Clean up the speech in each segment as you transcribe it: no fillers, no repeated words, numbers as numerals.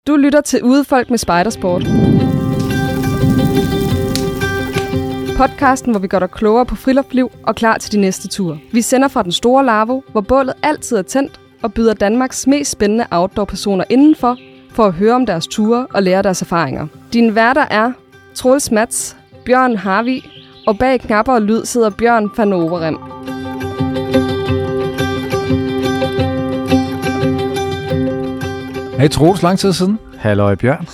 Du lytter til Udefolk med Spejdersport. Podcasten, hvor vi gør dig klogere på friluftsliv og klar til de næste ture. Vi sender fra den store Lavvo, hvor bålet altid er tændt, og byder Danmarks mest spændende outdoor-personer indenfor, for at høre om deres ture og lære deres erfaringer. Dine værter er Troels Mats, Bjørn Harvig, og bag knapper og lyd sidder Bjørn van Overem. Hej Troels, lang tid siden. Halløj Bjørn.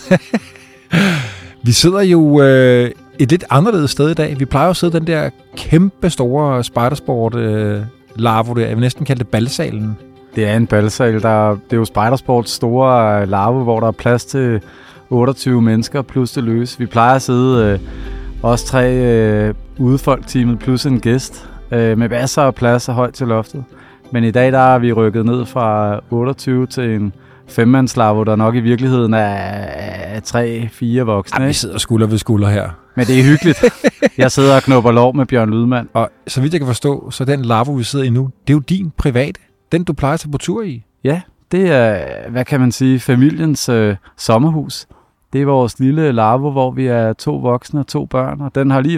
Vi sidder jo et lidt anderledes sted i dag. Vi plejer jo at sidde den der kæmpe store Spejdersport Lavvo der. Jeg vil næsten kalde det balsalen. Det er en balsal. Det er jo Spejdersports store Lavvo, hvor der er plads til 28 mennesker plus det løse. Vi plejer at sidde os 3 udefolk-teamet plus en gæst med masser af plads og højt til loftet. Men i dag der er vi rykket ned fra 28 til en 5-mands-Lavvo, der nok i virkeligheden er 3-4 voksne. Jamen, vi sidder skulder ved skulder her. Men det er hyggeligt. Jeg sidder og knupper lov med Bjørn Lydmand. Og så vidt jeg kan forstå, så den Lavvo, vi sidder i nu, det er jo din private. Den, du plejer at tage på tur i. Ja, det er, hvad kan man sige, familiens sommerhus. Det er vores lille Lavvo, hvor vi er 2 voksne og 2 børn. Og den har lige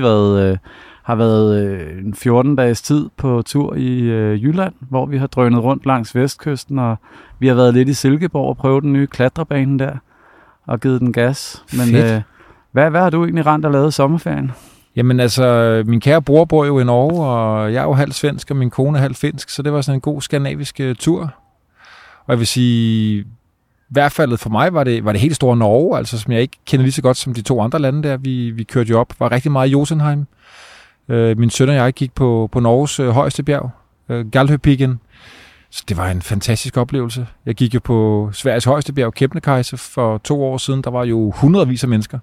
været en 14-dages tid på tur i Jylland, hvor vi har drønet rundt langs vestkysten, og vi har været lidt i Silkeborg og prøvet den nye klatrebane der, og givet den gas. Men hvad har du egentlig rent og lavet i sommerferien? Jamen altså, min kære bror bor jo i Norge, og jeg er jo halv svensk, og min kone er halv finsk, så det var sådan en god skandinavisk tur. Og jeg vil sige, i hvert fald for mig var det helt store Norge, altså som jeg ikke kender lige så godt som de 2 andre lande der. Vi kørte jo op, var rigtig meget i Jotunheim. Min søn og jeg gik på Norges højeste bjerg, Galdhøpiggen. Så det var en fantastisk oplevelse. Jeg gik jo på Sveriges højeste bjerg, Kebnekaise, for 2 år siden. Der var jo hundredvis af mennesker.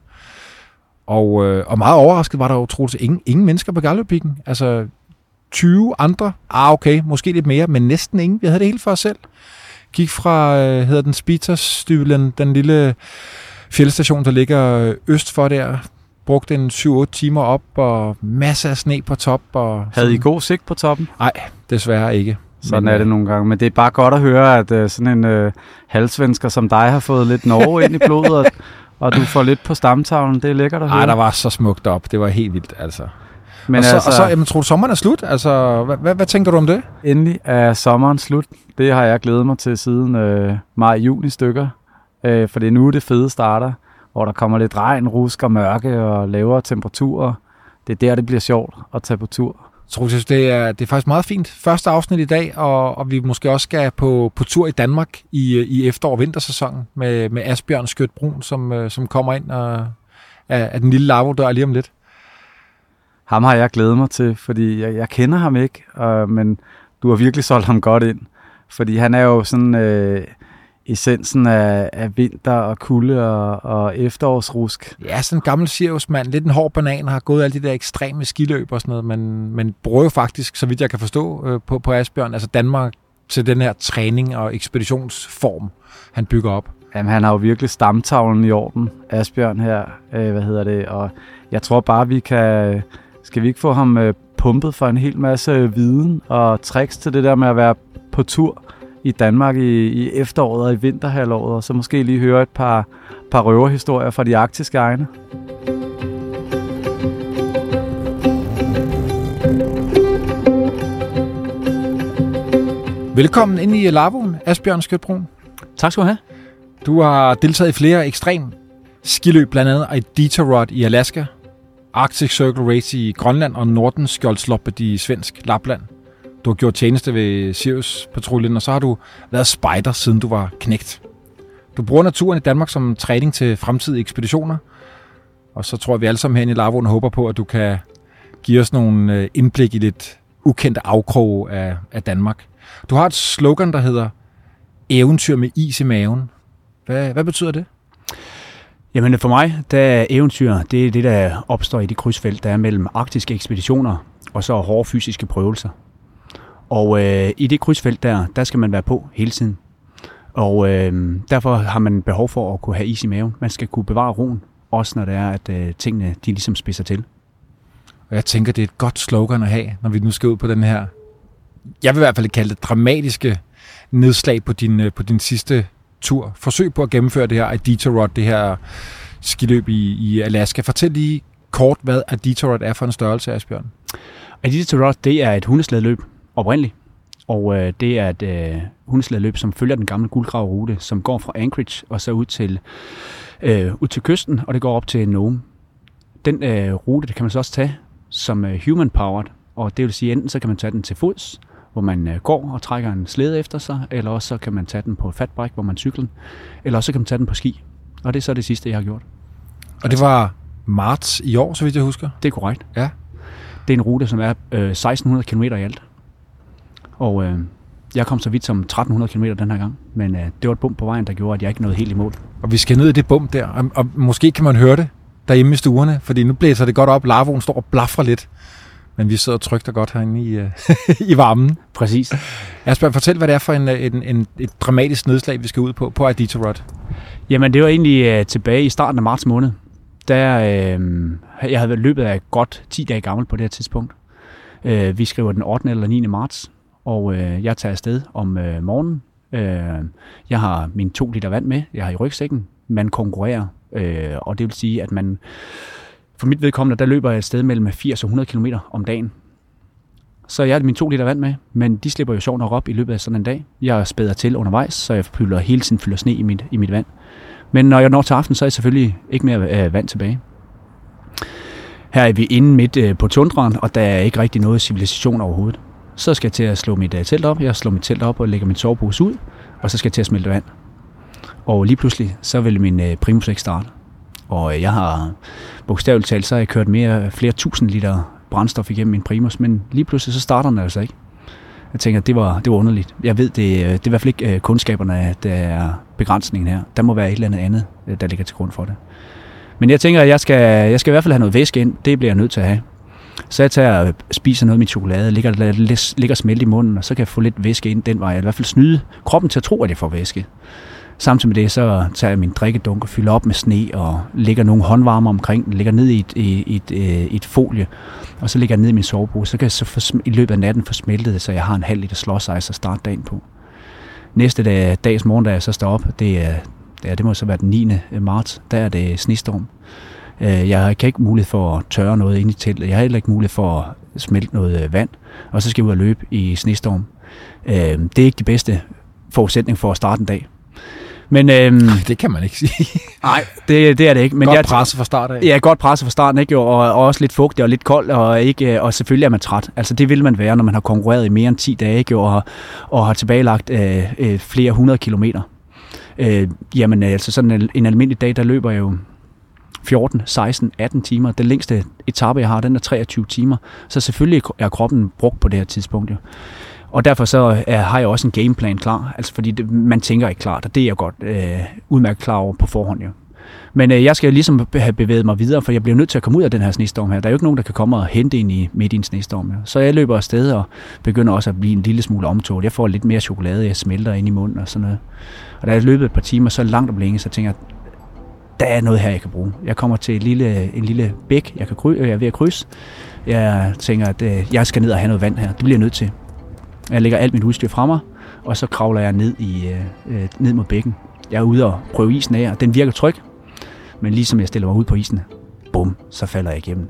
Og meget overrasket var der jo troligt ingen mennesker på Galdhøpiggen. Altså 20 andre. Okay, måske lidt mere, men næsten ingen. Vi havde det helt for os selv. Gik fra, hedder den Spitastylen, den lille fjeldstation, der ligger øst for der. Brugte en 7-8 timer op, og masser af sne på top. Og havde I god sigt på toppen? Nej, desværre ikke. Sådan er det nogle gange, men det er bare godt at høre, at sådan en halvsvensker som dig har fået lidt Norge ind i blodet, og du får lidt på stamtavlen. Det er lækkert at høre. Nej, der var så smukt op. Det var helt vildt, altså. Men og så jamen, tror du, sommeren er slut? Altså, hvad tænker du om det? Endelig er sommeren slut. Det har jeg glædet mig til siden maj-juni stykker, for det er nu det fede starter, hvor der kommer lidt regn, rusk og mørke og lavere temperaturer. Det er der, det bliver sjovt at tage på tur. Jeg tror, det er faktisk meget fint. Første afsnit i dag, og vi måske også skal på tur i Danmark i efterår- og vintersæsonen med Asbjørn Skjødt Brun, som kommer ind af den lille Lavvo der lige om lidt. Ham har jeg glædet mig til, fordi jeg kender ham ikke, men du har virkelig solgt ham godt ind. Fordi han er jo sådan essensen af vinter og kulde og efterårsrusk. Ja, sådan en gammel cirkusmand, lidt en hård banan, har gået alle de der ekstreme skiløb og sådan noget, men bruger jo faktisk, så vidt jeg kan forstå, på Asbjørn, altså Danmark til den her træning og ekspeditionsform, han bygger op. Jamen, han har jo virkelig stamtavlen i orden, Asbjørn her, og jeg tror bare, skal vi ikke få ham pumpet for en hel masse viden og tricks til det der med at være på tur i Danmark i efteråret og i vinterhalvåret, og så måske lige høre et par røverhistorier fra de arktiske egne. Velkommen ind i Lavvoen, Asbjørn Skjødt Brun. Tak skal du have. Du har deltaget i flere ekstrem skiløb, blandt andet Iditarod i Alaska, Arctic Circle Race i Grønland og Nordenskjoldsloppet i svensk Lapland. Du har gjort tjeneste ved Sirius-patruljen, og så har du været spejder, siden du var knægt. Du bruger naturen i Danmark som træning til fremtidige ekspeditioner, og så tror jeg, vi alle sammen herinde i Lavvoen håber på, at du kan give os nogle indblik i lidt ukendte afkroge af Danmark. Du har et slogan, der hedder eventyr med is i maven. Hvad betyder det? Jamen for mig, der er eventyr, det er det, der opstår i det krydsfelt, der er mellem arktiske ekspeditioner og så hårde fysiske prøvelser. Og i det krydsfelt der skal man være på hele tiden. Og derfor har man behov for at kunne have is i maven. Man skal kunne bevare roen, også når det er, at tingene de ligesom spidser til. Og jeg tænker, det er et godt slogan at have, når vi nu skal ud på den her, jeg vil i hvert fald kalde det dramatiske nedslag på din sidste tur. Forsøg på at gennemføre det her Iditarod, det her skiløb i Alaska. Fortæl lige kort, hvad Iditarod er for en størrelse, Asbjørn. Iditarod, det er et hundeslædeløb oprindeligt. Og det er et hundeslædeløb, som følger den gamle guldgraverrute, som går fra Anchorage og så ud til kysten, og det går op til Nome. Den rute, det kan man så også tage som human-powered, og det vil sige, enten så kan man tage den til fods, hvor man går og trækker en slæde efter sig, eller også så kan man tage den på et fatbike, hvor man cykler, eller også så kan man tage den på ski. Og det er så det sidste, jeg har gjort. Og det var marts i år, så vidt jeg husker? Det er korrekt. Ja. Det er en rute, som er 1600 km i alt. Og jeg kom så vidt som 1300 km den her gang, men det var et bump på vejen, der gjorde, at jeg ikke nåede helt i mål. Og vi skal ned i det bump der, og måske kan man høre det derhjemme i stuerne, fordi nu blæser det godt op, larvoen står og blafrer lidt, men vi sidder trygt og godt herinde i varmen. Præcis. Asbjørn, fortæl, hvad det er for et dramatisk nedslag, vi skal ud på Iditarod. Jamen, det var egentlig tilbage i starten af marts måned. Jeg havde været løbet af godt 10 dage gammel på det her tidspunkt. Vi skriver den 8. eller 9. marts, og jeg tager afsted om morgenen. Jeg har mine 2 liter vand med, jeg har i rygsækken. Man konkurrerer, og det vil sige, at man, for mit vedkommende, der løber jeg et sted mellem 80 og 100 km om dagen. Så jeg har mine 2 liter vand med, men de slipper jo sjovt nok op i løbet af sådan en dag. Jeg spæder til undervejs, så jeg hele tiden fylder sne i mit vand. Men når jeg når til aften, så er jeg selvfølgelig ikke mere vand tilbage. Her er vi inde midt på tundraen, og der er ikke rigtig noget civilisation overhovedet. Så skal jeg til at slå mit telt op. Jeg slår mit telt op og lægger min sovepose ud, og så skal jeg til at smelte vand. Og lige pludselig, så vil min Primus ikke starte. Og jeg har bogstaveligt talt, så har jeg kørt flere tusind liter brændstof igennem min Primus, men lige pludselig så starter den altså ikke. Jeg tænker, det var underligt. Jeg ved, det er i hvert fald ikke kundskaberne, der er begrænsningen her. Der må være et eller andet, der ligger til grund for det. Men jeg tænker, at jeg skal i hvert fald have noget væske ind. Det bliver jeg nødt til at have. Så jeg tager og spiser noget af min chokolade, ligger smelte i munden, og så kan jeg få lidt væske ind den vej. Jeg i hvert fald snyde kroppen til at tro, at jeg får væske. Samtidig med det, så tager jeg min drikkedunk og fylder op med sne, og lægger nogle håndvarmer omkring den, lægger ned i et folie, og så lægger jeg ned i min sovepose. Så kan jeg så i løbet af natten få smeltet, så jeg har en halv liter Slush Ice at starte dagen på. Næste dags morgen, da jeg så står op, det må så være den 9. marts, der er det snestorm. Jeg kan ikke mulighed for at tørre noget ind i teltet. Jeg har heller ikke mulighed for at smelte noget vand, og så skal jeg ud og løbe i snestorm. Det er ikke de bedste forudsætning for at starte en dag. Men, det kan man ikke sige. Nej, det er det ikke. Men godt presset fra start af. Ja, godt presset fra starten, ikke? Og også lidt fugtigt og lidt koldt, og selvfølgelig er man træt. Altså det vil man være, når man har konkurreret i mere end 10 dage, ikke? Og har tilbagelagt flere 100 kilometer. Jamen altså sådan en almindelig dag, der løber jeg jo 14, 16, 18 timer. Den længste etape, jeg har, den er 23 timer. Så selvfølgelig er kroppen brugt på det her tidspunkt jo. Og derfor så har jeg også en gameplan klar, altså fordi man tænker ikke klart, og det er jeg godt udmærket klar over på forhånd jo. Men jeg skal ligesom have bevæget mig videre, for jeg bliver nødt til at komme ud af den her snestorm her. Der er jo ikke nogen, der kan komme og hente ind midt i en snestorm. Ja. Så jeg løber afsted og begynder også at blive en lille smule omtoget. Jeg får lidt mere chokolade, jeg smelter ind i munden og sådan noget. Og da jeg løbet et par timer, så langt om længe, så tænker jeg, der er noget her, jeg kan bruge. Jeg kommer til en lille bæk, jeg er ved at krydse. Jeg tænker, at jeg skal ned og have noget vand her. Det bliver jeg nødt til. Jeg lægger alt mit udstyr fra mig, og så kravler jeg ned mod bækken. Jeg er ude og prøve isen af, og den virker tryg. Men ligesom jeg stiller mig ud på isen, bum, så falder jeg igennem.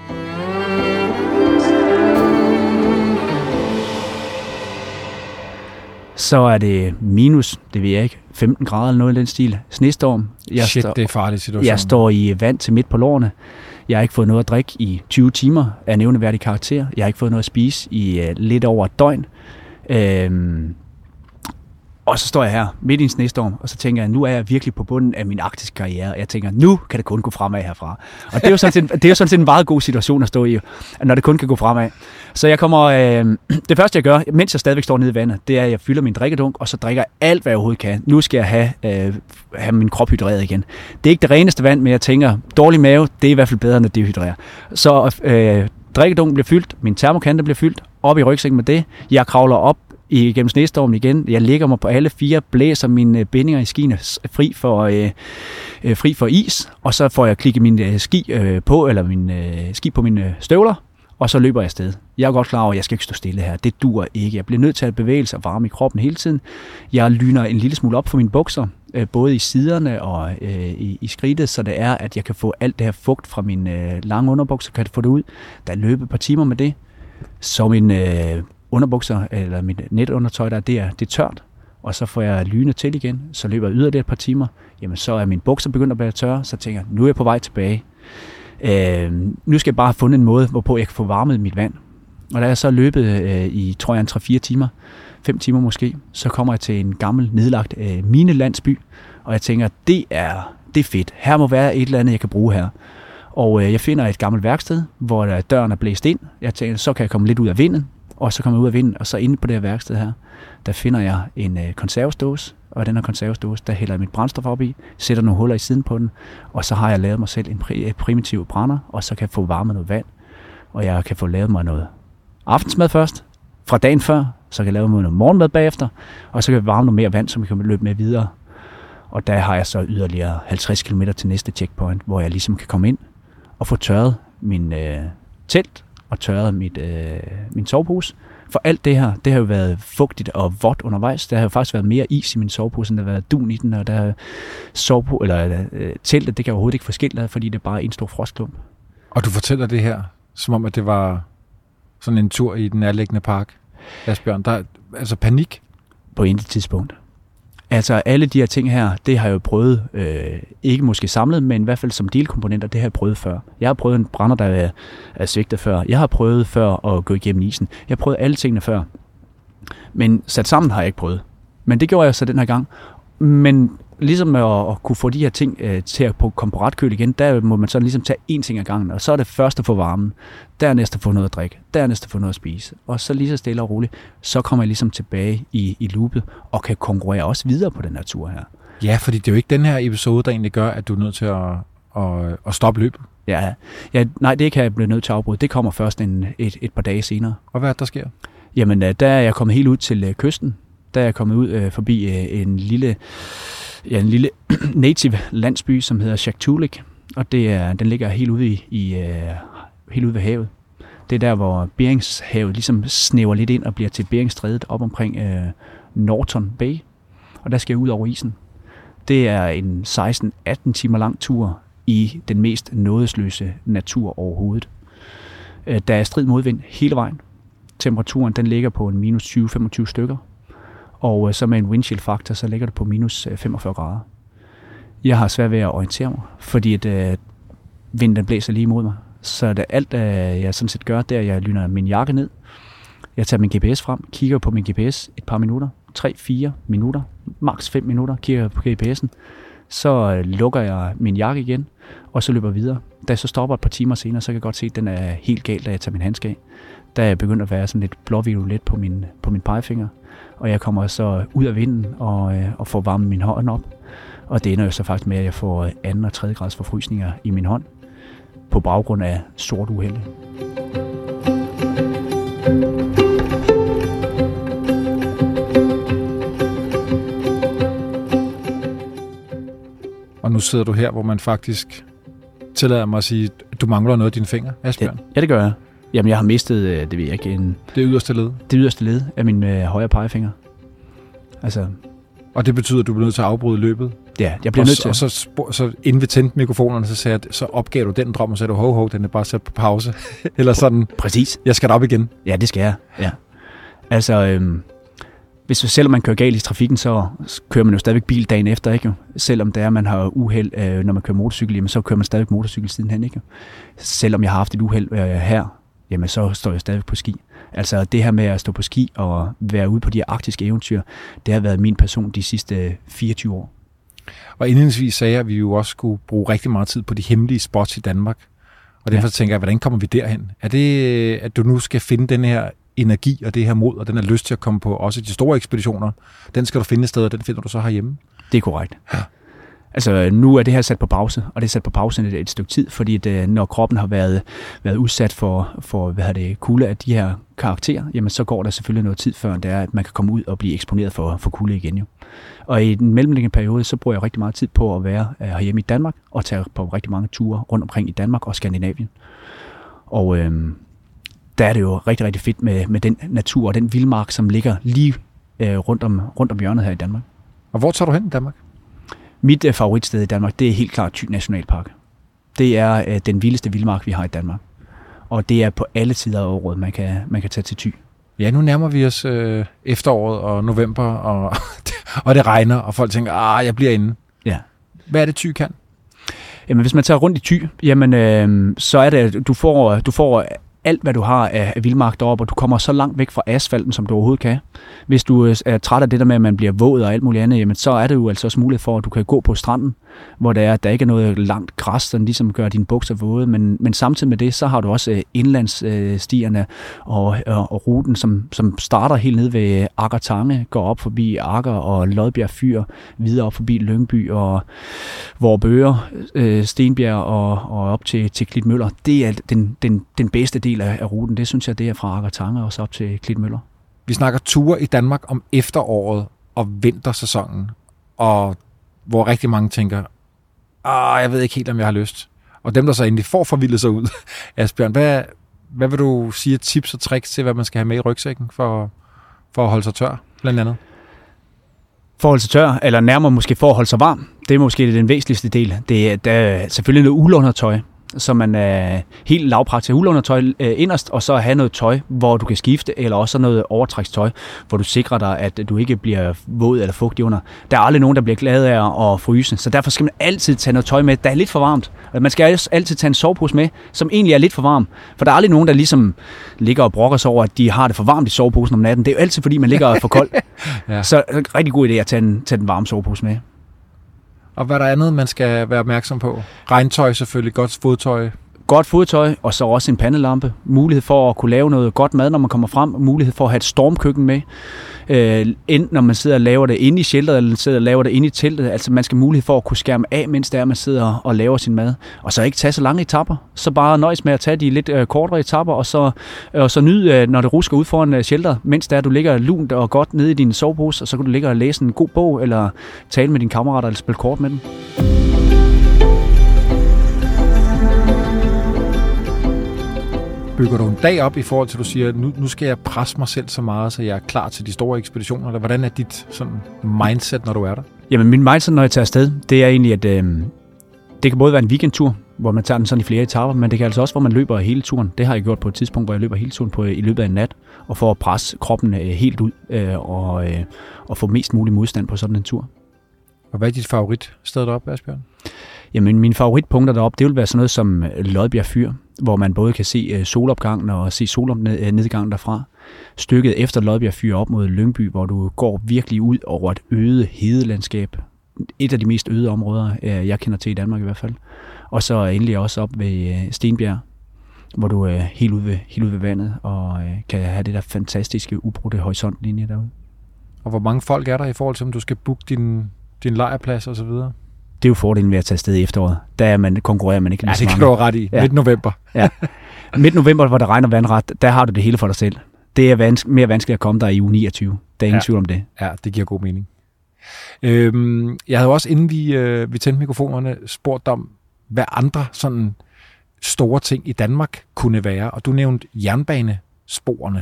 Så er det minus, det ved jeg ikke, 15 grader eller noget i den stil. Snestorm. Det er en farlig situation. Jeg står i vand til midt på lårene. Jeg har ikke fået noget at drikke i 20 timer af nævneværdig karakter. Jeg har ikke fået noget at spise i lidt over et døgn. Og så står jeg her midt i en snestorm, og så tænker jeg, nu er jeg virkelig på bunden af min arktiske karriere. Jeg tænker, nu kan det kun gå fremad herfra. Og det er jo sådan set en meget god situation at stå i, når det kun kan gå fremad. Så jeg kommer, det første jeg gør, mens jeg stadigvæk står nede i vandet, det er, at jeg fylder min drikkedunk, og så drikker jeg alt, hvad jeg overhovedet kan. Nu skal jeg have min krop hydreret igen. Det er ikke det reneste vand, men jeg tænker, dårlig mave, det er i hvert fald bedre, end at dehydrere. Så drikkedunken bliver fyldt, min termokande bliver fyldt, op i rygsækken med det. Jeg kravler op igennem snestormen igen. Jeg lægger mig på alle 4, blæser mine bindinger i skiene fri for is, og så får jeg klikket mine ski på mine støvler, og så løber jeg afsted. Jeg er godt klar over, at jeg skal ikke stå stille her. Det duer ikke. Jeg bliver nødt til at bevæge sig og varme i kroppen hele tiden. Jeg lyner en lille smule op for mine bukser. både i siderne og i skridtet, så det er, at jeg kan få alt det her fugt fra min lange underbukser, kan jeg få det ud. Der er løbet et par timer med det, så min underbukser, eller mit netundertøj, det er tørt, og så får jeg lynet til igen, så løber jeg yderligere et par timer, jamen så er mine bukser begyndt at blive tørre, så tænker jeg, nu er jeg på vej tilbage. Nu skal jeg bare have fundet en måde, hvorpå jeg kan få varmet mit vand. Og da jeg så løbet i, tror jeg, 3-4 timer, 5 timer måske, så kommer jeg til en gammel nedlagt minelandsby, og jeg tænker, det er fedt. Her må være et eller andet, jeg kan bruge her. Og jeg finder et gammelt værksted, hvor døren er blæst ind. Jeg tænker, så kan jeg komme lidt ud af vinden, og så kommer jeg ud af vinden, og så inde på det her værksted her, der finder jeg en konservesdåse, og den her konservesdåse, der hælder jeg mit brændstof op i, sætter nogle huller i siden på den, og så har jeg lavet mig selv en primitiv brænder, og så kan jeg få varmet noget vand, og jeg kan få lavet mig noget aftensmad først, fra dagen før, så kan jeg lave mig noget morgenmad bagefter, og så kan jeg varme noget mere vand, som jeg kan løbe med videre. Og der har jeg så yderligere 50 km til næste checkpoint, hvor jeg ligesom kan komme ind og få tørret min telt og tørret min sovepose. For alt det her, det har jo været fugtigt og vådt undervejs. Der har jo faktisk været mere is i min sovepose, end der har været dun i den, og der teltet, det kan overhovedet ikke få skilt, fordi det er bare en stor frostklump. Og du fortæller det her, som om at det var sådan en tur i den nærliggende park, Asbjørn. Der er altså panik? På intet tidspunkt. Altså alle de her ting her, det har jeg jo prøvet, ikke måske samlet, men i hvert fald som delkomponenter, det har jeg prøvet før. Jeg har prøvet en brænder, der er svigtet før. Jeg har prøvet før at gå igennem isen. Jeg har prøvet alle tingene før. Men sat sammen har jeg ikke prøvet. Men det gjorde jeg så den her gang. Men ligesom at kunne få de her ting til at komme på ret køl igen, der må man så ligesom tage én ting ad gangen, og så er det først at få varmen, dernæst at få noget at drikke, dernæst at få noget at spise, og så lige så stille og roligt, så kommer jeg ligesom tilbage i loopet, og kan konkurrere også videre på den her tur her. Ja, fordi det er jo ikke den her episode, der egentlig gør, at du er nødt til at stoppe løbet. Ja, nej, det kan jeg blive nødt til at afbryde. Det kommer først et par dage senere. Og hvad der sker? Jamen, der er jeg kommet helt ud til kysten. Der er jeg kommet ud forbi en lille native landsby, som hedder Shaktoolik, og den ligger helt ude helt ude ved havet. Det er der, hvor Beringshavet ligesom snæver lidt ind og bliver til Beringstrædet op omkring Norton Bay, og der skal jeg ud over isen. Det er en 16-18 timer lang tur i den mest nådesløse natur overhovedet. Der er strid modvind hele vejen. Temperaturen den ligger på en minus 20-25 stykker. Og så med en windshield faktor, så ligger det på minus 45 grader. Jeg har svært ved at orientere mig, fordi at vinden blæser lige imod mig. Så alt, jeg sådan set gør, det er, at jeg lyner min jakke ned. Jeg tager min GPS frem, kigger på min GPS et par minutter, 3-4 minutter, maks 5 minutter, kigger på GPS'en. Så lukker jeg min jakke igen, og så løber videre. Da jeg så stopper et par timer senere, så kan jeg godt se, at den er helt galt, da jeg tager min handske af. Der er jeg begyndt at være sådan lidt blåviolet på min pegefinger. Og jeg kommer så ud af vinden og får varmet min hånd op. Og det ender jo så faktisk med, at jeg får 2. og 3. grads forfrysninger i min hånd på baggrund af sort uheld. Og nu sidder du her, hvor man faktisk tillader mig at sige, at du mangler noget af dine fingre, Asbjørn. Ja, det gør jeg. Jamen, jeg har mistet, det ved jeg ikke, det yderste led? Det yderste led af min højre pegefinger. Altså. Og det betyder, at du bliver nødt til at afbryde løbet? Ja, jeg bliver nødt til. Og så inden vi tændte mikrofonerne, så sagde jeg, så opgav du den drøm, og sagde du, den er bare sat på pause. Eller sådan. Præcis. Jeg skal op igen. Ja, det skal jeg. Ja. Altså, selvom man kører galt i trafikken, så kører man jo stadigvæk bil dagen efter, ikke? Selvom det er, man har uheld, når man kører motorcykel, jamen, så kører man stadigvæk motorcykel sidenhen, ikke? Selvom jeg har haft et uheld her, jamen så står jeg stadigvæk på ski. Altså det her med at stå på ski og være ude på de arktiske eventyr, det har været min passion de sidste 24 år. Og indledningsvis sagde jeg, at vi jo også skulle bruge rigtig meget tid på de hemmelige spots i Danmark. Og derfor tænker jeg, hvordan kommer vi derhen? Er det, at du nu skal finde den her energi og det her mod og den her lyst til at komme på også de store ekspeditioner? Den skal du finde et sted, og den finder du så herhjemme? Det er korrekt. Ja. Altså nu er det her sat på pause, og det er sat på pause et stykke tid, fordi når kroppen har været udsat for kulde af de her karakterer, jamen så går der selvfølgelig noget tid før det er, at man kan komme ud og blive eksponeret for kulde igen jo. Og i den mellemliggende periode, så bruger jeg rigtig meget tid på at være herhjemme i Danmark, og tage på rigtig mange ture rundt omkring i Danmark og Skandinavien. Og der er det jo rigtig, rigtig fedt med den natur og den vildmark, som ligger lige rundt om hjørnet her i Danmark. Og hvor tager du hen i Danmark? Mit favoritsted i Danmark, det er helt klart Thy Nationalpark. Det er den vildeste vildmark, vi har i Danmark. Og det er på alle tider af året, man kan tage til Thy. Ja, nu nærmer vi os efteråret og november, og det regner, og folk tænker, jeg bliver inde. Ja. Hvad er det, Thy kan? Jamen, hvis man tager rundt i Thy, jamen, så er det, du får alt, hvad du har af vildmark deroppe, og du kommer så langt væk fra asfalten, som du overhovedet kan. Hvis du er træt af det der med, at man bliver våd og alt muligt andet, jamen, så er det jo altså også mulighed for, at du kan gå på stranden, hvor der ikke er noget langt græs, som ligesom gør dine bukser våde, men samtidig med det, så har du også indlandsstierne og ruten, som starter helt ned ved Agger Tange, går op forbi Agger og Lodbjerg Fyr, videre op forbi Lyngby og Vorupør, Stenbjerg og op til Klitmøller. Det er den bedste del af ruten. Det synes jeg, det er fra Agger Tange og så op til Klitmøller. Vi snakker ture i Danmark om efteråret og vintersæsonen, og hvor rigtig mange tænker, jeg ved ikke helt, om jeg har lyst. Og dem, der så endelig får forvildet sig ud, Asbjørn, hvad vil du sige af tips og tricks til, hvad man skal have med i rygsækken for at holde sig tør, blandt andet? For at holde sig tør, eller nærmere måske for at holde sig varm, det er måske den væsentligste del. Der er selvfølgelig noget uldundertøj, så man er helt lavpraktisk uldundertøj inderst, og så have noget tøj, hvor du kan skifte, eller også noget overtrækstøj, hvor du sikrer dig, at du ikke bliver våd eller fugtig under. Der er aldrig nogen, der bliver glad af at fryse, så derfor skal man altid tage noget tøj med, der er lidt for varmt. Man skal også altid tage en sovepose med, som egentlig er lidt for varm, for der er aldrig nogen, der ligesom ligger og brokker sig over, at de har det for varmt i soveposen om natten. Det er jo altid, fordi man ligger for kold. Ja. Så det er en rigtig god idé at tage den varme sovepose med. Og hvad der andet, man skal være opmærksom på? Regntøj selvfølgelig, godt fodtøj. Godt fodtøj, og så også en pandelampe. Mulighed for at kunne lave noget godt mad, når man kommer frem. Mulighed for at have et stormkøkken med. Enten når man sidder og laver det inde i shelteret, eller sidder og laver det inde i teltet. Altså man skal mulighed for at kunne skærme af, mens der man sidder og laver sin mad. Og så ikke tage så lange etapper. Så bare nøjes med at tage de lidt kortere etapper, og så nyde, når det rusker ud foran shelteret, mens du ligger lunt og godt nede i din sovepose, og så kan du ligge og læse en god bog, eller tale med dine kammerater, eller spille kort med dem. Bygger du en dag op i forhold til, at du siger, at nu skal jeg presse mig selv så meget, så jeg er klar til de store ekspeditioner? Eller hvordan er dit sådan mindset, når du er der? Jamen, min mindset, når jeg tager afsted, det er egentlig, at det kan både være en weekendtur, hvor man tager den sådan i flere etaper, men det kan altså også, hvor man løber hele turen. Det har jeg gjort på et tidspunkt, hvor jeg løber hele turen i løbet af en nat, og for at presse kroppen helt ud og få mest mulig modstand på sådan en tur. Og hvad er dit favoritsted deroppe, Asbjørn? Jamen, mine favoritpunkter deroppe, det vil være sådan noget som Lodbjerg Fyr, hvor man både kan se solopgangen og se solnedgangen derfra. Stykket efter Lodbjerg Fyr op mod Lyngby, hvor du går virkelig ud over et øde hedelandskab. Et af de mest øde områder, jeg kender til i Danmark i hvert fald. Og så endelig også op ved Stenbjerg, hvor du er helt ude ved vandet og kan have det der fantastiske ubrudte horisontlinje derude. Og hvor mange folk er der i forhold til, om du skal booke din lejrplads og så videre? Det er jo fordelen ved at tage afsted i efteråret. Der konkurrerer man ikke. Ja, det kan du have ret i. Ja. Midt november. Ja. Midt november, hvor der regner vandret, der har du det hele for dig selv. Det er mere vanskeligt at komme der i uge 29. Der er ingen tvivl om det. Ja, det giver god mening. Jeg havde også, inden vi tændte mikrofonerne, spurgt om, hvad andre sådan store ting i Danmark kunne være. Og du nævnte jernbanesporene.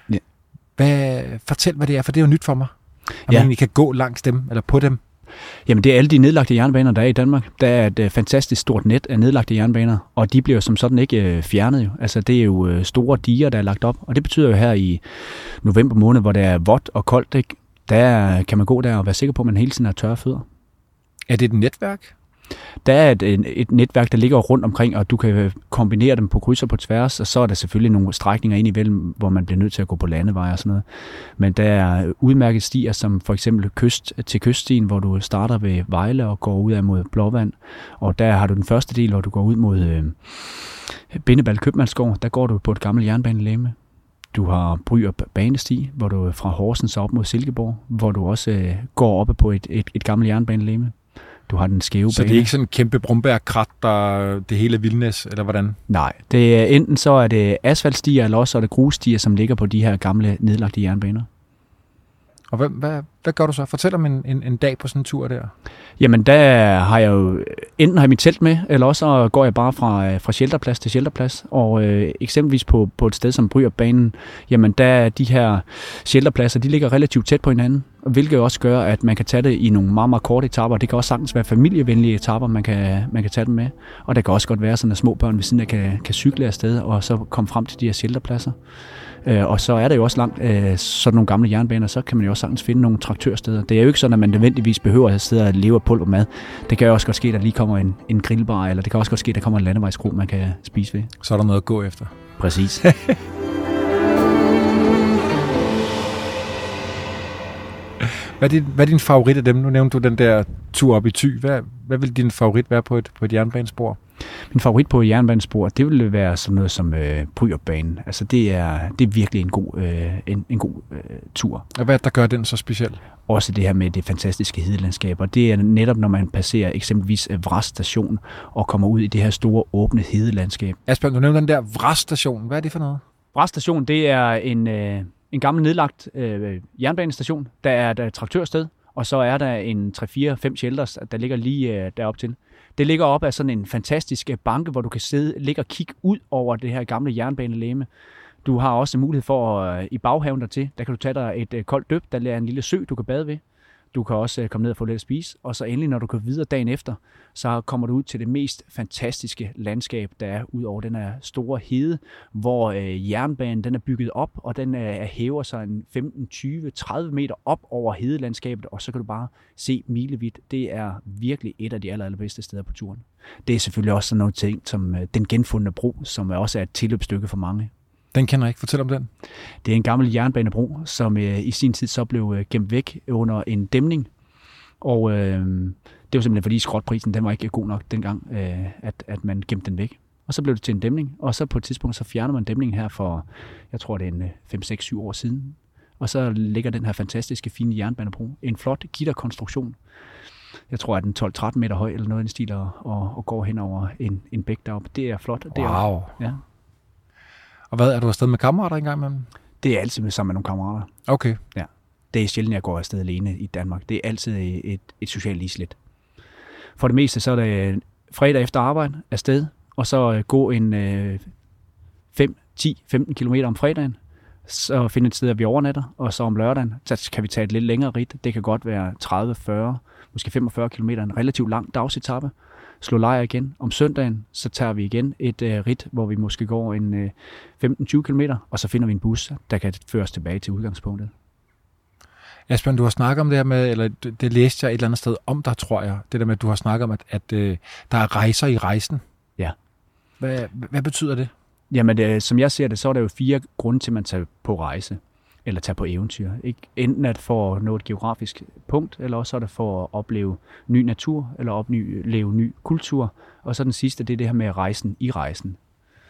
Ja. Fortæl, hvad det er, for det er jo nyt for mig. At man egentlig kan gå langs dem, eller på dem. Jamen, det er alle de nedlagte jernbaner, der er i Danmark. Der er et fantastisk stort net af nedlagte jernbaner, og de bliver som sådan ikke fjernet jo. Altså, det er jo store diger, der er lagt op, og det betyder jo her i november måned, hvor det er vådt og koldt, ikke? Der kan man gå der og være sikker på, at man hele tiden har tørre fødder. Er det et netværk? Der er et netværk, der ligger rundt omkring, og du kan kombinere dem på kryds og på tværs, og så er der selvfølgelig nogle strækninger ind imellem, hvor man bliver nødt til at gå på landeveje og sådan noget. Men der er udmærket stier, som for eksempel kyst til kyststien, hvor du starter ved Vejle og går ud af mod Blåvand. Og der har du den første del, hvor du går ud mod Bindebald Købmandsgård. Der går du på et gammelt jernbanelæme. Du har Bryrup Banesti, hvor du fra Horsens op mod Silkeborg, hvor du også går oppe på et gammelt jernbanelæme. Du har den skæve bane. Så det er ikke sådan en kæmpe Brumberg-krat, der det hele Vildnes, eller hvordan? Nej, det er enten så er det asfaltstier, eller også er det grusstier, som ligger på de her gamle nedlagte jernbaner. Og hvad Hvad gør du så? Fortæl om en dag på sådan en tur der. Jamen, der har jeg jo enten har mit telt med, eller også går jeg bare fra shelterplads til shelterplads. Og eksempelvis på et sted som Bryrup-banen, jamen der de her shelterpladser, de ligger relativt tæt på hinanden, hvilket også gør, at man kan tage det i nogle meget, meget korte etaper. Det kan også sagtens være familievenlige etaper, man kan tage dem med. Og der kan også godt være sådan, at små børn ved siden af kan cykle afsted, og så komme frem til de her shelterpladser. Og så er der jo også langt sådan nogle gamle jernbaner, så kan man jo også sagtens finde nogle traktørsteder. Det er jo ikke sådan, at man nødvendigvis behøver at sidde og leve af pulvermad. Det kan jo også godt ske, at der lige kommer en grillbar, eller det kan også godt ske, at der kommer en landevejskro, man kan spise ved. Så er der noget at gå efter. Præcis. Hvad er din favorit af dem? Nu nævnte du den der tur op i Thy. Hvad vil din favorit være på et jernbanespor? Min favorit på et jernbanespor, det ville være sådan noget som Bryrup-banen. Altså det er virkelig en god tur. Og hvad der gør den så speciel? Også det her med det fantastiske hedelandskab. Og det er netop, når man passerer eksempelvis Vrist station og kommer ud i det her store åbne hedelandskab. Asbjørn, du nævnte den der Vrist station. Hvad er det for noget? Vrist station, det er en gammel nedlagt jernbanestation. Der er et traktørsted, og så er der en 3-4-5 shelters, der ligger lige derop til. Det ligger op af sådan en fantastisk banke, hvor du kan ligge og kigge ud over det her gamle jernbanelegeme. Du har også mulighed for i baghaven dertil, der kan du tage dig et koldt dyb, der er en lille sø, du kan bade ved. Du kan også komme ned og få lidt at spise, og så endelig, når du går videre dagen efter, så kommer du ud til det mest fantastiske landskab, der er ud over den her store hede, hvor jernbanen den er bygget op, og den hæver sig en 15, 20, 30 meter op over hedelandskabet, og så kan du bare se milevidt. Det er virkelig et af de allerbedste steder på turen. Det er selvfølgelig også sådan nogle ting, som den genfundne bro, som også er et tilløbsstykke for mange. Den kender jeg ikke. Fortæl om den. Det er en gammel jernbanebro, som i sin tid så blev gemt væk under en dæmning. Og det var simpelthen fordi skrotprisen, den var ikke god nok dengang, at man gemte den væk. Og så blev det til en dæmning, og så på et tidspunkt så fjerner man dæmningen her for, jeg tror det er en 5, 6, 7 år siden. Og så ligger den her fantastiske, fine jernbanebro. En flot gitterkonstruktion. Jeg tror, at den 12-13 meter høj eller noget i den stil, og går hen over en bæk deroppe. Det er flot. Det wow. Ja. Og hvad, er du afsted med kammerater engang med dem? Det er altid sammen med nogle kammerater. Okay. Ja. Det er sjældent, jeg går afsted alene i Danmark. Det er altid et socialt islet. For det meste, så er det fredag efter arbejde afsted, og så gå en 5, 10, 15 kilometer om fredagen, så finde et sted, at vi overnatter, og så om lørdagen, så kan vi tage et lidt længere ridt. Det kan godt være 30, 40, måske 45 kilometer, en relativt lang dagsetappe. Slå lejr igen. Om søndagen, så tager vi igen et ridt, hvor vi måske går en 15-20 kilometer, og så finder vi en bus, der kan føre os tilbage til udgangspunktet. Asbjørn, du har snakket om det her med, eller det læste jeg et eller andet sted om dig, tror jeg. Det der med, at du har snakket om, at der er rejser i rejsen. Ja. Hvad betyder det? Jamen, som jeg ser det, så er der jo 4 grunde til, at man tager på rejse, eller tager på eventyr. Ikke? Enten at for at nå et geografisk punkt, eller også er det for at opleve ny natur, eller opleve ny kultur. Og så den sidste, det er det her med rejsen i rejsen.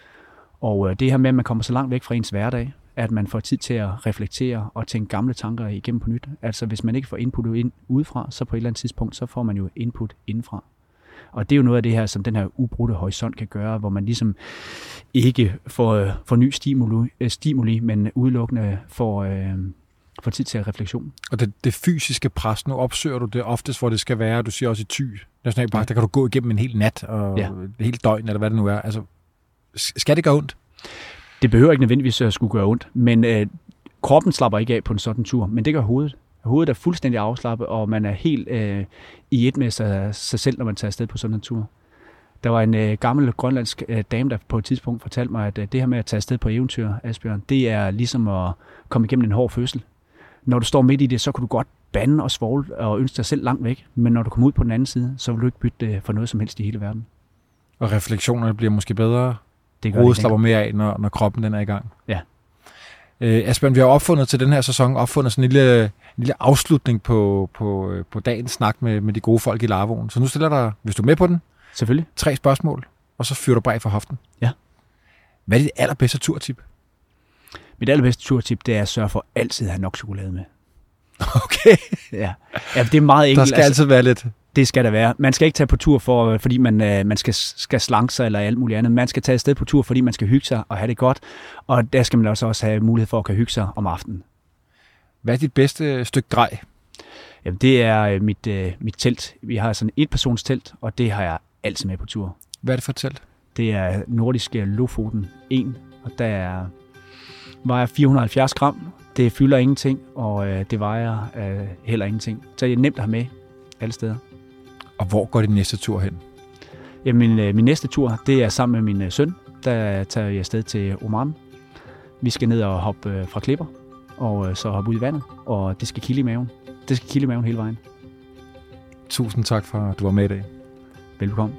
Og det her med, at man kommer så langt væk fra ens hverdag, at man får tid til at reflektere og tænke gamle tanker igennem på nyt. Altså hvis man ikke får input ind udefra, så på et eller andet tidspunkt, så får man jo input indenfra. Og det er jo noget af det her, som den her ubrudte horisont kan gøre, hvor man ligesom ikke får ny stimuli, men udelukkende får tid til refleksion. Og det fysiske pres, nu opsøger du det oftest, hvor det skal være. Du siger også i Thy Nationalpark, der kan du gå igennem en hel nat og et helt døgn, eller hvad det nu er. Altså, skal det gøre ondt? Det behøver ikke nødvendigvis at skulle gøre ondt, men kroppen slapper ikke af på en sådan tur, men det gør hovedet. Hovedet er fuldstændig afslappet, og man er helt i et med sig selv, når man tager afsted på sådan en tur. Der var en gammel grønlandsk dame, der på et tidspunkt fortalte mig, at det her med at tage afsted på eventyr, Asbjørn, det er ligesom at komme igennem en hård fødsel. Når du står midt i det, så kan du godt bande og svogle og ønske dig selv langt væk, men når du kommer ud på den anden side, så vil du ikke bytte det for noget som helst i hele verden. Og refleksionerne bliver måske bedre? Hovedet slapper mere af, når kroppen den er i gang? Ja. Asbjørn, vi har til den her sæson sådan en lille afslutning på dagens snak med de gode folk i Lavvoen. Så nu stiller dig, hvis du er med på den, selvfølgelig 3 spørgsmål, og så fyrer du bare fra hoften. Ja. Hvad er dit allerbedste turtip? Mit allerbedste turtip, det er at sørge for altid at have nok chokolade med. Okay. Ja, det er meget enkelt. Der skal altid være lidt. Det skal der være. Man skal ikke tage på tur, fordi man skal slanke sig eller alt muligt andet. Man skal tage afsted på tur, fordi man skal hygge sig og have det godt. Og der skal man også have mulighed for at kunne hygge sig om aftenen. Hvad er dit bedste stykke grej? Jamen, det er mit telt. Vi har sådan et persons telt, og det har jeg altid med på tur. Hvad er det for et telt? Det er nordiske Lofoten 1, og der vejer 470 gram. Det fylder ingenting, og det vejer heller ingenting. Så det er nemt at have med alle steder. Og hvor går din næste tur hen? Jamen, min næste tur, det er sammen med min søn. Der tager jeg afsted til Oman. Vi skal ned og hoppe fra klipper, og så hoppe ud i vandet, og det skal kilde i maven. Det skal kilde i maven hele vejen. Tusind tak for, at du var med i dag. Velbekomme.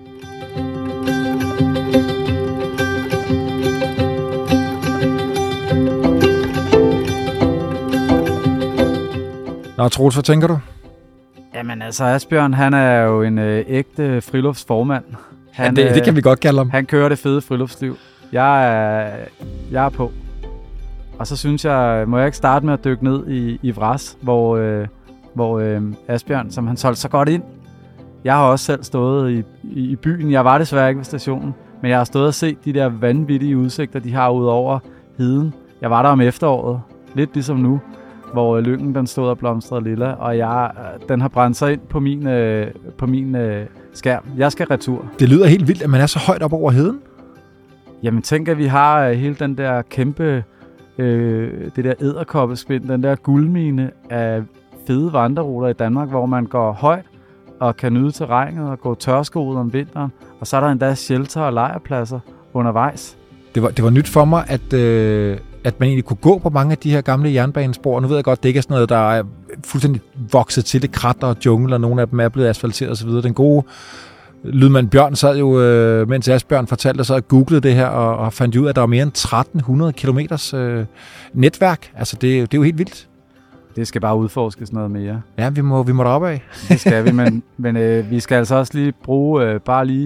Nå, Troels, hvad tænker du? Jamen altså, Asbjørn, han er jo en ægte friluftsformand. Det kan vi godt kalde ham. Han kører det fede friluftsliv. Jeg er på. Og så synes jeg, må jeg ikke starte med at dykke ned i Vras, hvor Asbjørn, som han solgte så godt ind. Jeg har også selv stået i byen. Jeg var desværre ikke ved stationen, men jeg har stået og set de der vanvittige udsigter, de har ud over heden. Jeg var der om efteråret, lidt ligesom nu, hvor lyngen den stod og blomstrede lilla, og den har brændt sig ind på min skærm. Jeg skal retur. Det lyder helt vildt, at man er så højt op over heden. Jamen tænk, at vi har hele den der kæmpe, det der edderkoppespind, den der guldmine af fede vandreruter i Danmark, hvor man går højt og kan nyde terrænet og gå tørskoet om vinteren. Og så er der endda shelter og lejrpladser undervejs. Det var nyt for mig, at man egentlig kunne gå på mange af de her gamle jernbanespor. Nu ved jeg godt, det ikke er sådan noget, der er fuldstændig vokset til det, kratter og jungle, og nogle af dem er blevet asfalteret osv. Den gode lydmand Bjørn sad jo, mens Asbjørn fortalte, så googlede det her og fandt ud af, at der var mere end 1300 kilometers netværk. Altså, det er jo helt vildt. Det skal bare udforskes noget mere. Ja, vi må derop af. Det skal vi, men vi skal altså også lige bruge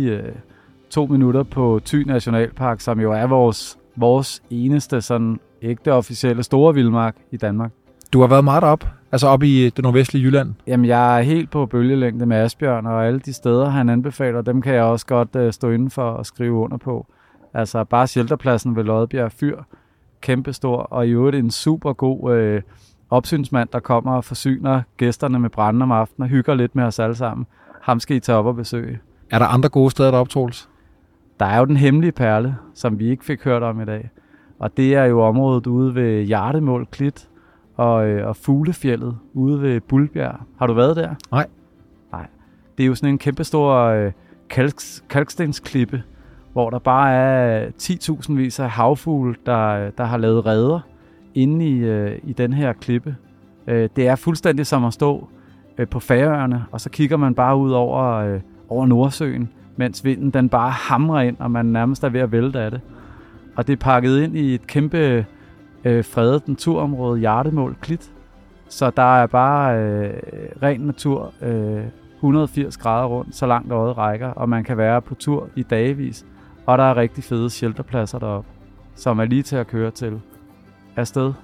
2 minutter på Thy Nationalpark, som jo er vores eneste sådan ægte officielle store vildmark i Danmark. Du har været meget derop, altså op i det nordvestlige Jylland? Jamen, jeg er helt på bølgelængde med Asbjørn, og alle de steder, han anbefaler, dem kan jeg også godt stå inden for og skrive under på. Altså, bare shelterpladsen ved Lodbjerg Fyr, kæmpestor, og i øvrigt en super god opsynsmand, der kommer og forsyner gæsterne med brænde om aftenen og hygger lidt med os alle sammen. Ham skal I tage op og besøge. Er der andre gode steder deroppe, Troels? Der er jo den hemmelige perle, som vi ikke fik hørt om i dag. Og det er jo området ude ved Hjartemål Klit og Fuglefjeldet ude ved Bulbjerg. Har du været der? Nej. Det er jo sådan en kæmpestor kalkstensklippe, hvor der bare er 10.000 vis af havfugle, der har lavet reder inde i den her klippe. Det er fuldstændig som at stå på Færøerne, og så kigger man bare ud over Nordsøen, mens vinden den bare hamrer ind, og man nærmest er ved at vælte af det. Og det er pakket ind i et kæmpe fredet naturområde, Hjartemål Klit. Så der er bare ren natur 180 grader rundt, så langt øjet rækker, og man kan være på tur i dagevis. Og der er rigtig fede shelterpladser deroppe, som er lige til at køre til. Afsted.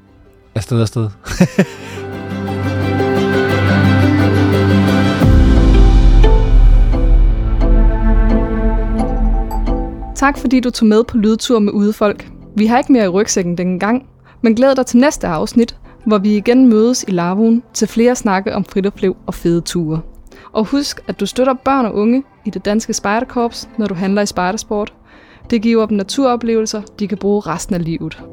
Tak fordi du tog med på lydtur med Udefolk. Vi har ikke mere i rygsækken denne gang, men glæd dig til næste afsnit, hvor vi igen mødes i Lavuen til flere snakke om friluftsliv og fede ture. Og husk, at du støtter børn og unge i det danske spejderkorps, når du handler i spejdersport. Det giver dem naturoplevelser, de kan bruge resten af livet.